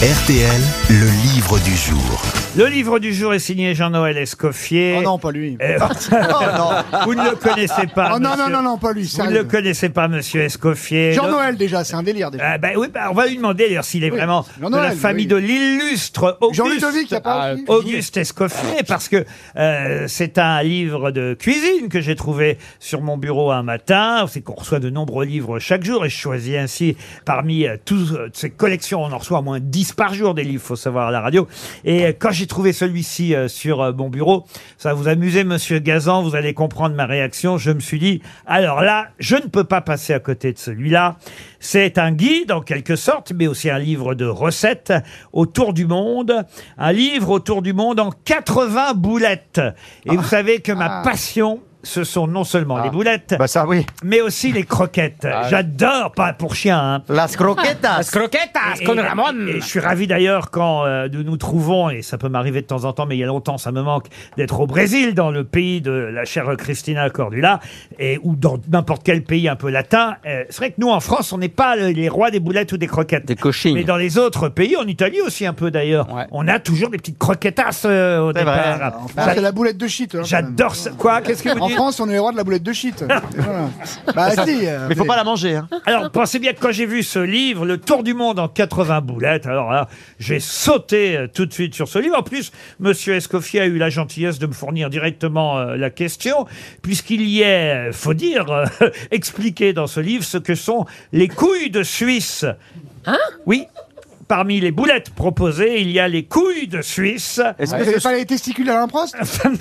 RTL, le livre du jour. Le livre du jour est signé Jean-Noël Escoffier. Oh non, pas lui. Vous ne le connaissez pas. Oh non, monsieur. non, pas lui. Vous ne le connaissez pas, monsieur Escoffier. Jean-Noël, déjà, c'est un délire, déjà. Oui, on va lui demander d'ailleurs s'il est vraiment de la famille de l'illustre Jean-Ludovic, il n'y a pas Auguste Escoffier, parce que c'est un livre de cuisine que j'ai trouvé sur mon bureau un matin. C'est qu'on reçoit de nombreux livres chaque jour et je choisis ainsi parmi toutes ces collections. On en reçoit au moins 10 par jour des livres, faut savoir, à la radio. Et quand j'ai trouvé celui-ci sur mon bureau, ça va vous amuser, monsieur Gazan, vous allez comprendre ma réaction. Je me suis dit, alors là, je ne peux pas passer à côté de celui-là. C'est un guide, en quelque sorte, mais aussi un livre de recettes autour du monde. Un livre autour du monde en 80 boulettes. Et vous savez que ma passion, ce sont non seulement les boulettes, ça oui. mais aussi les croquettes. J'adore, pas pour chien, hein. Las croquetas. Las croquetas con Ramon. Et je suis ravi d'ailleurs quand nous nous trouvons, et ça peut m'arriver de temps en temps, mais il y a longtemps, ça me manque, d'être au Brésil, dans le pays de la chère Cristina Cordula, ou dans n'importe quel pays un peu latin. C'est vrai que nous, en France, on n'est pas les rois des boulettes ou des croquettes. Des cochines. Mais dans les autres pays, en Italie aussi un peu d'ailleurs, on a toujours des petites croquetas au départ. En France, c'est la boulette de shit. J'adore ça. Quoi? Qu'est-ce que vous En dites? France, on est les rois de la boulette de shit. Voilà. Bah si. Mais faut pas la manger, hein. Alors, pensez bien que quand j'ai vu ce livre, Le Tour du Monde en 80 boulettes, alors là, j'ai sauté tout de suite sur ce livre. En plus, monsieur Escoffier a eu la gentillesse de me fournir directement la question, puisqu'il y est, faut dire, expliqué dans ce livre ce que sont les couilles de Suisse. Hein? Oui. Parmi les boulettes proposées, il y a les couilles de Suisse. Est-ce que c'est pas les testicules à l'improst?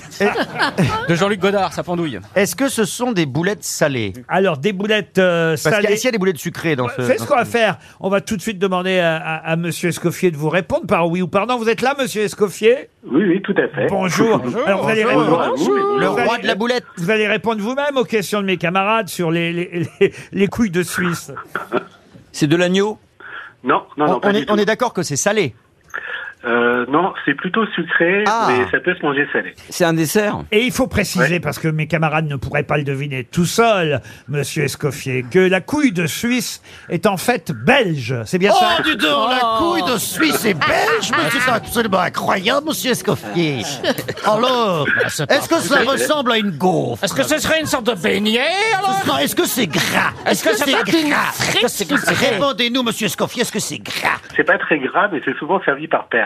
De Jean-Luc Godard, ça pendouille. Est-ce que ce sont des boulettes salées? Alors, des boulettes Parce salées. qu'il y a des boulettes sucrées dans ce... Faites ce qu'on va faire. On va tout de suite demander à monsieur Escoffier de vous répondre par oui ou par non. Vous êtes là, monsieur Escoffier? Oui, tout à fait. Bonjour. Alors, vous allez répondre. Le roi de la boulette. Vous allez répondre vous-même aux questions de mes camarades sur les couilles de Suisse. C'est de l'agneau? Non, On est d'accord que c'est salé. non, c'est plutôt sucré, mais ça peut se manger salé. C'est un dessert? Et il faut préciser, parce que mes camarades ne pourraient pas le deviner tout seuls, monsieur Escoffier, que la couille de Suisse est en fait belge. C'est bien ça? Oh, dis donc, la couille de Suisse est belge, mais c'est absolument incroyable, monsieur Escoffier. Alors, est-ce que cela ressemble à une gaufre? Est-ce que ce serait une sorte de beignet, alors? Est-ce que c'est gras? Est-ce que c'est gras? frite? Répondez-nous, monsieur Escoffier, est-ce que c'est gras? C'est pas très gras, mais c'est souvent servi par paire.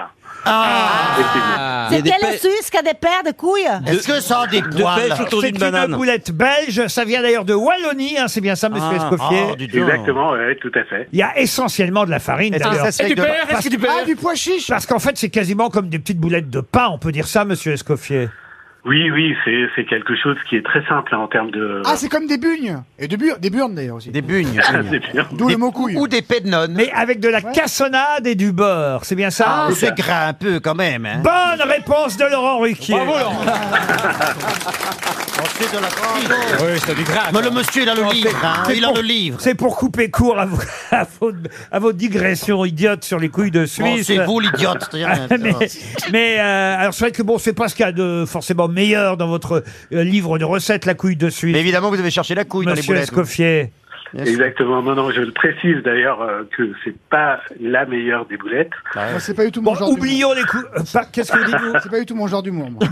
C'est quelle Suisse qui a des paires de couilles? Est-ce que ça a des poils? C'est une boulette belge. Ça vient d'ailleurs de Wallonie, hein, c'est bien ça, monsieur Escoffier? Exactement, oui, tout à fait. Il y a essentiellement de la farine, d'ailleurs. Et du beurre? Est-ce que du beurre? Ah, du pois chiche. Parce qu'en fait, c'est quasiment comme des petites boulettes de pain, on peut dire ça, monsieur Escoffier. Oui, c'est quelque chose qui est très simple en termes de... Ah, c'est comme des bugnes. Et des burnes, d'ailleurs, aussi. Des bugnes. C'est bien. D'où le mot couille. Ou des pédenones. Mais avec de la cassonade et du beurre, c'est bien ça? C'est gras un peu quand même, hein. Bonne réponse de Laurent Ruquier. Bravo, Laurent. Oui, c'est du gras. Mais le monsieur, il a le livre, hein. Il a le livre. C'est pour couper court à vos digressions idiotes sur les couilles de Suisse. C'est vous l'idiote. Alors c'est vrai que bon, c'est pas ce qu'il y a de forcément meilleur dans votre livre de recettes, la couille de Suisse. Mais évidemment, vous devez chercher la couille dans les Monsieur boulettes. Escoffier. Exactement. Non, je le précise d'ailleurs que c'est pas la meilleure des boulettes. Moi, c'est pas du tout mon Bon, genre oublions les couilles. Qu'est-ce que vous dites, vous? d'humour. C'est pas du tout mon genre d'humour, moi.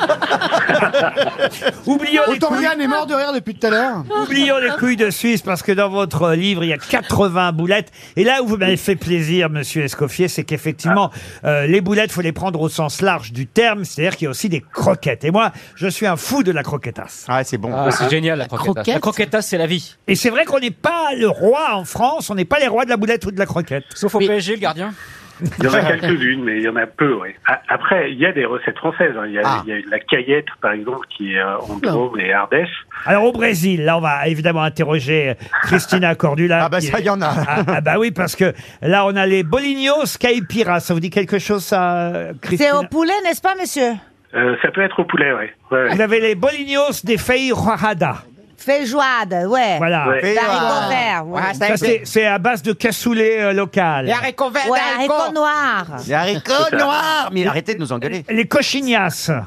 Oublions les Autant couilles. Yann est mort de rire depuis tout à l'heure. Oublions les couilles de Suisse, parce que dans votre livre, il y a 80 boulettes. Et là où vous m'avez fait plaisir, monsieur Escoffier, c'est qu'effectivement, les boulettes, faut les prendre au sens large du terme. C'est-à-dire qu'il y a aussi des croquettes. Et moi, je suis un fou de la croquettasse. Ah, c'est bon. C'est génial, la croquettasse. La croquettasse, c'est la vie. Et c'est vrai qu'on n'est pas le roi en France, on n'est pas les rois de la boulette ou de la croquette. Sauf au PSG, le gardien. Il y en a quelques-unes, mais il y en a peu, oui. Après, il y a des recettes françaises. Il y a la caillette, par exemple, qui est en Drôme et Ardèche. Alors au Brésil, là on va évidemment interroger Cristina Cordula. Ah bah ça, il y en a. Ah bah oui, parce que là on a les bolignos caipiras. Ça vous dit quelque chose, ça, Cristina? C'est au poulet, n'est-ce pas, monsieur? Ça peut être au poulet, oui. Ouais. Vous avez les bolignos de feijoada. Feijoada, ouais. Voilà. Ouais. Haricots verts, ouais. Ça, c'est à base de cassoulet local. Les haricots verts, Ouais, haricots noirs. Les haricots noirs. Mais arrêtez de nous engueuler. Les cochignas.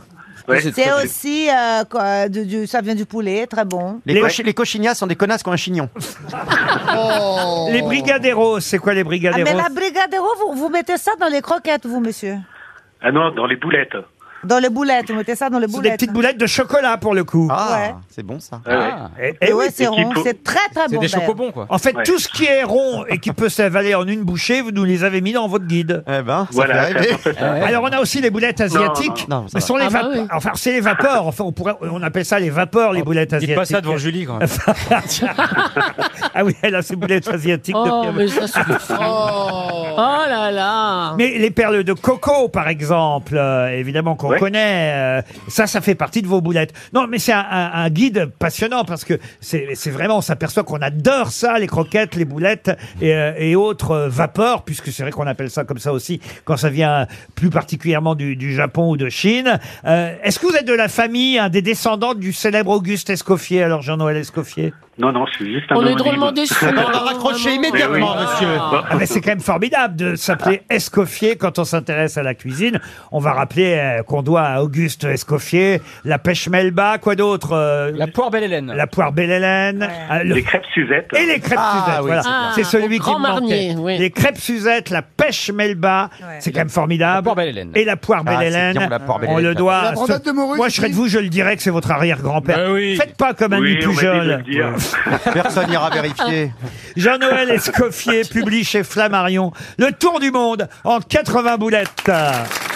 Ouais. C'est aussi, ça vient du poulet, très bon. Les cochignas sont des connasses qui ont un chignon. Les brigadeiros, c'est quoi les Ah, brigadeiros? mais la brigadero, vous mettez ça dans les croquettes, vous, monsieur? Ah non, dans les boulettes. Dans les boulettes, vous mettez ça dans les C'est des boulettes. petites boulettes de chocolat pour le coup. Ouais. C'est bon ça. Et Ouais, oui. c'est et qu'il rond, faut- c'est très très C'est bon. des d'ailleurs. chocobons, quoi. En fait, Ouais. tout ce qui est rond et qui peut s'avaler en une bouchée, vous nous les avez mis dans votre guide. Eh ben, ça Voilà, fait c'est rêver. un peu ça. Alors on a aussi les boulettes asiatiques. non, ça mais va. sont les Ah bah vapeurs. oui. Enfin, c'est les vapeurs. Enfin, on appelle ça les vapeurs, les boulettes Dites asiatiques. pas ça devant Julie, quand même. Ah oui, elle a ses boulettes asiatiques. Oh, depuis- mais ça suffit. Oh là là. Mais les perles de coco, par exemple, évidemment qu'on Ouais. connaît, ça fait partie de vos boulettes. Non, mais c'est un guide passionnant parce que c'est vraiment, on s'aperçoit qu'on adore ça, les croquettes, les boulettes et autres vapeurs, puisque c'est vrai qu'on appelle ça comme ça aussi quand ça vient plus particulièrement du Japon ou de Chine. Est-ce que vous êtes de la famille, des descendants du célèbre Auguste Escoffier, alors Jean-Noël Escoffier? Non, je suis juste un On est homonyme. drôlement déçus. On va raccrocher immédiatement, Oui, oui. monsieur. Ah mais c'est quand même formidable de s'appeler Escoffier quand on s'intéresse à la cuisine. On va rappeler qu'on doit à Auguste Escoffier la pêche melba, quoi d'autre La poire belle Hélène. la poire Belle-Hélène, Les crêpes Suzette. et les crêpes Suzette. oui, Voilà. Ah, C'est celui au qui Grand me manquait. Marnier, oui. Les crêpes Suzette, la pêche melba, c'est quand même formidable. La poire Belle-Hélène. Et la poire Ah, c'est Belle-Hélène. bien, la poire On Belle-Hélène. le doit. La à brandade de morue, Moi, je serais de vous, je le dirais que c'est votre arrière-grand-père. Ben oui. Faites pas comme un Oui, on m'a dit de Pujol. le dire. Personne n'ira vérifier. Jean-Noël Escoffier publie chez Flammarion Le Tour du monde en 80 boulettes.